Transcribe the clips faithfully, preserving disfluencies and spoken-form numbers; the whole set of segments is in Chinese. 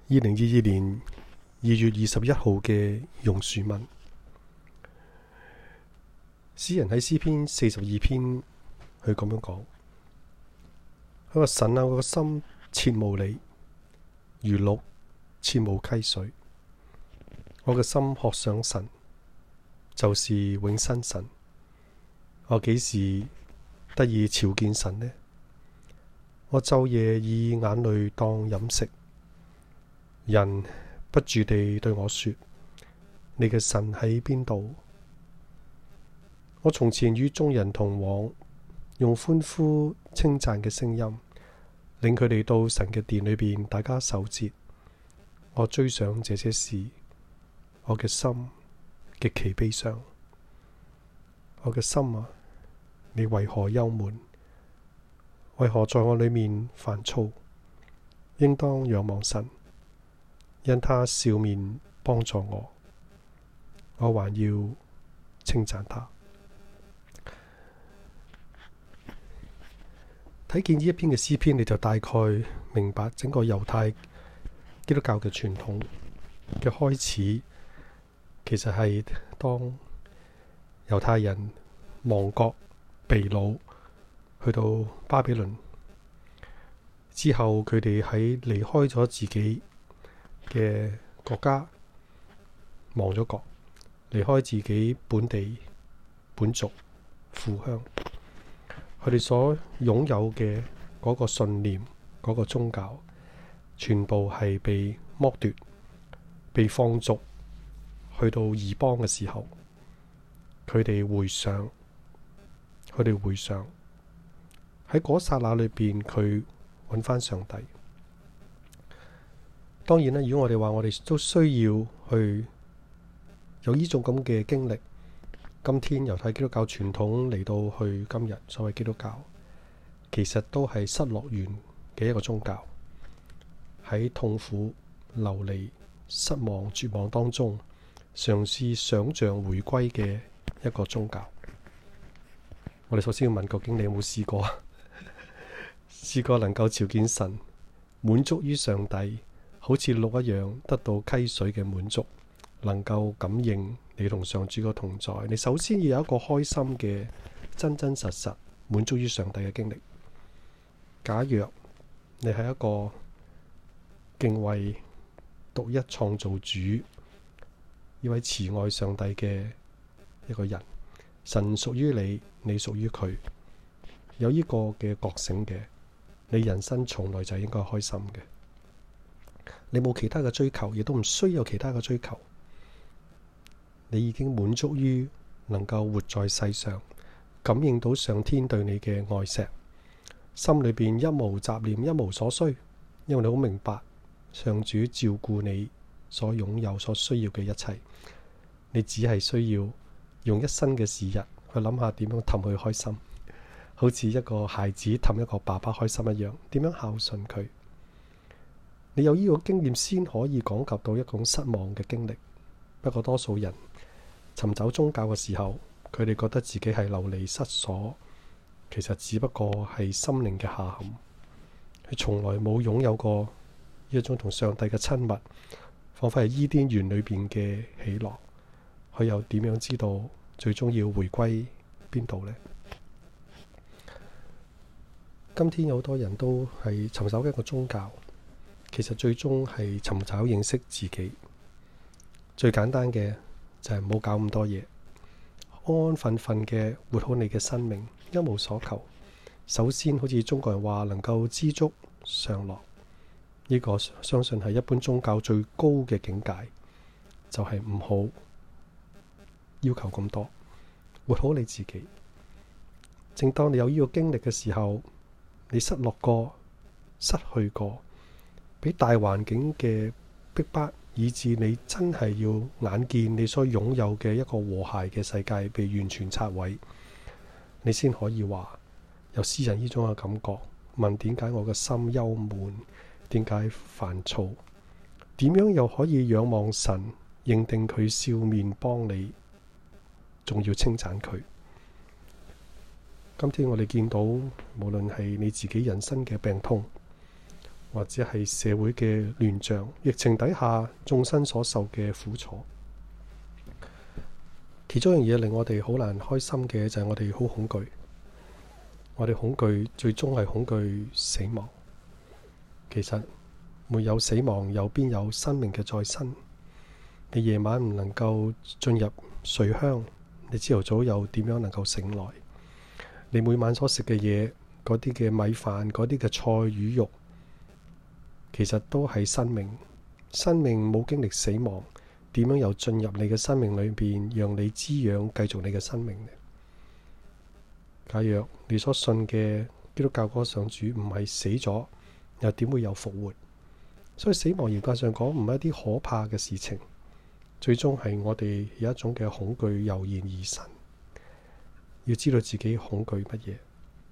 二零二二年二月二十一號嘅榕樹文，詩人喺詩篇四十二篇，佢咁樣講：佢話神啊，我個心切慕你，如鹿切慕溪水。我嘅心渴想神，就是永生神。我幾時得以朝見神呢？我晝夜以眼淚當飲食。人不住地對我說：你嘅神喺邊度？我從前與眾人同往，用歡呼稱讚嘅聲音，領佢哋到神嘅殿裏邊，大家守節。我追想這些事，我嘅心極其悲傷。我嘅心啊，你為何憂悶？為何在我裏面煩躁？應當仰望神，因他笑面幫助我，我還要稱讚他。睇見呢一篇嘅詩篇，你就大概明白整個猶太基督教嘅傳統嘅開始，其實係當猶太人亡國被擄去到巴比倫之後，佢哋喺離開咗自己嘅國家，亡咗國，離開自己本地本族父鄉，佢哋所擁有嘅嗰個信念、嗰個宗教，全部係被剝奪、被放逐。去到異邦嘅時候，佢哋回想，佢哋回想喺嗰剎那裏邊，佢揾翻上帝。當然啦，如果我哋話我哋都需要去有呢種咁嘅經歷，今天猶太基督教傳統嚟到去今日所謂基督教，其實都係失落完嘅一個宗教，喺痛苦、流離、失望、絕望當中，嘗試想像回歸嘅一個宗教。我哋首先要問，究竟你有冇試過？試過能夠朝見神，滿足於上帝，好似鹿一樣得到溪水嘅滿足，能夠感應你同上主嘅同在。你首先要有一個開心嘅真真實實滿足於上帝嘅經歷。假若你係一個敬畏獨一創造主呢位慈愛上帝嘅一個人，神屬於你，你屬於佢，有呢個嘅覺醒嘅，你人生從來就應該開心嘅。你冇其他嘅追求，亦都唔需要其他嘅追求。你已經滿足於能夠活在世上，感應到上天對你嘅愛錫，心裏邊一無雜念，一無所需，因為你好明白上主照顧你所擁有所需要嘅一切。你只係需要用一生嘅時日去諗下點樣氹佢開心，好似一個孩子氹一個爸爸開心一樣，點樣孝順佢。你有呢個經驗先可以講及到一種失望嘅經歷。不過多數人尋找宗教嘅時候，佢哋覺得自己係流離失所，其實只不過係心靈嘅下陷。佢從來冇擁有過呢一種同上帝嘅親密，彷彿係伊甸園裏邊嘅喜樂。佢又點樣知道最終要回歸邊度呢？今天有好多人都係尋找一個宗教，其實最終係尋找認識自己。最簡單嘅就係唔好搞咁多嘢，安安分分嘅活好你嘅生命，一無所求。首先好似中國人話能夠知足常樂，呢個相信係一般宗教最高嘅境界，就係唔好要求咁多，活好你自己。正當你有呢個經歷嘅時候，你失落過、失去過，俾大環境嘅逼迫，以致你真係要眼見你所擁有嘅一個和諧嘅世界被完全拆毀，你先可以話有詩人呢種嘅感覺。問點解我嘅心憂悶？點解煩躁？點樣又可以仰望神，認定佢笑面幫你，仲要稱讚佢？今天我哋見到，無論係你自己人生嘅病痛， 或者係社會嘅亂象，疫情底下眾生所受嘅苦楚。其中一樣嘢令我哋好難開心嘅就係我哋好恐懼，我哋恐懼最終係恐懼死亡。其實沒有死亡，又邊有生命嘅再生？你夜晚唔能夠進入睡鄉，你朝頭早又點樣能夠醒來？你每晚所食嘅嘢，嗰啲嘅米飯，嗰啲嘅菜魚肉，其實都係生命。生命冇經歷死亡，點樣又進入你嘅生命裏邊，讓你滋養繼續你嘅生命呢？假若你所信嘅基督教嗰個上主唔係死咗，又點會有復活？所以死亡嚴格上講唔係一啲可怕嘅事情，最終係我哋有一種嘅恐懼油然而生。要知道自己恐懼乜嘢。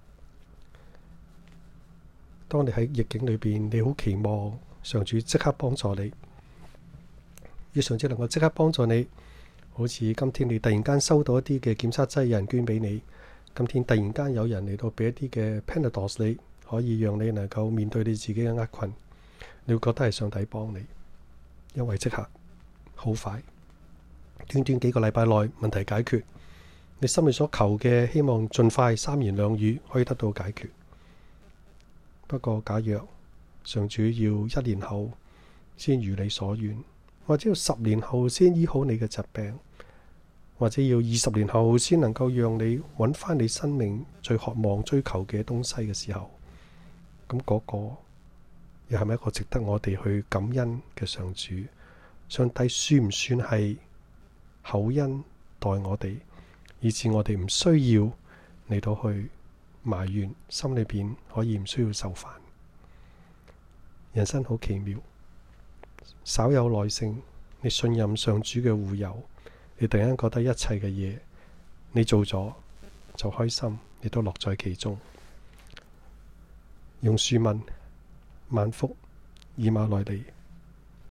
當你喺逆境裏邊，你好期望上主即刻幫助你，要上主能夠即刻幫助你。好似今天你突然間收到一啲嘅檢測劑，有人捐俾你；今天突然間有人嚟到俾一啲嘅 Panadol 你，可以讓你能夠面對你自己嘅厄困，你會覺得係上帝幫你，因為即刻好快，短短幾個禮拜內問題解決。你心裏所求嘅，希望盡快三言兩語可以得到解決。不過假若上主要一年後先如你所願，或者要十年後先醫好你嘅疾病，或者要二十年後先能夠讓你揾翻你生命最渴望追求嘅東西嘅時候，咁嗰個又係咪一個值得我哋去感恩嘅上主？上帝算唔算係厚恩待我哋，以致我哋唔需要嚟到去埋怨，心裏邊可以唔需要受煩？人生好奇妙，稍有耐性，你信任上主嘅護佑，你突然間覺得一切嘅嘢你做咗就開心，你都樂在其中。用樹問萬福以馬內利。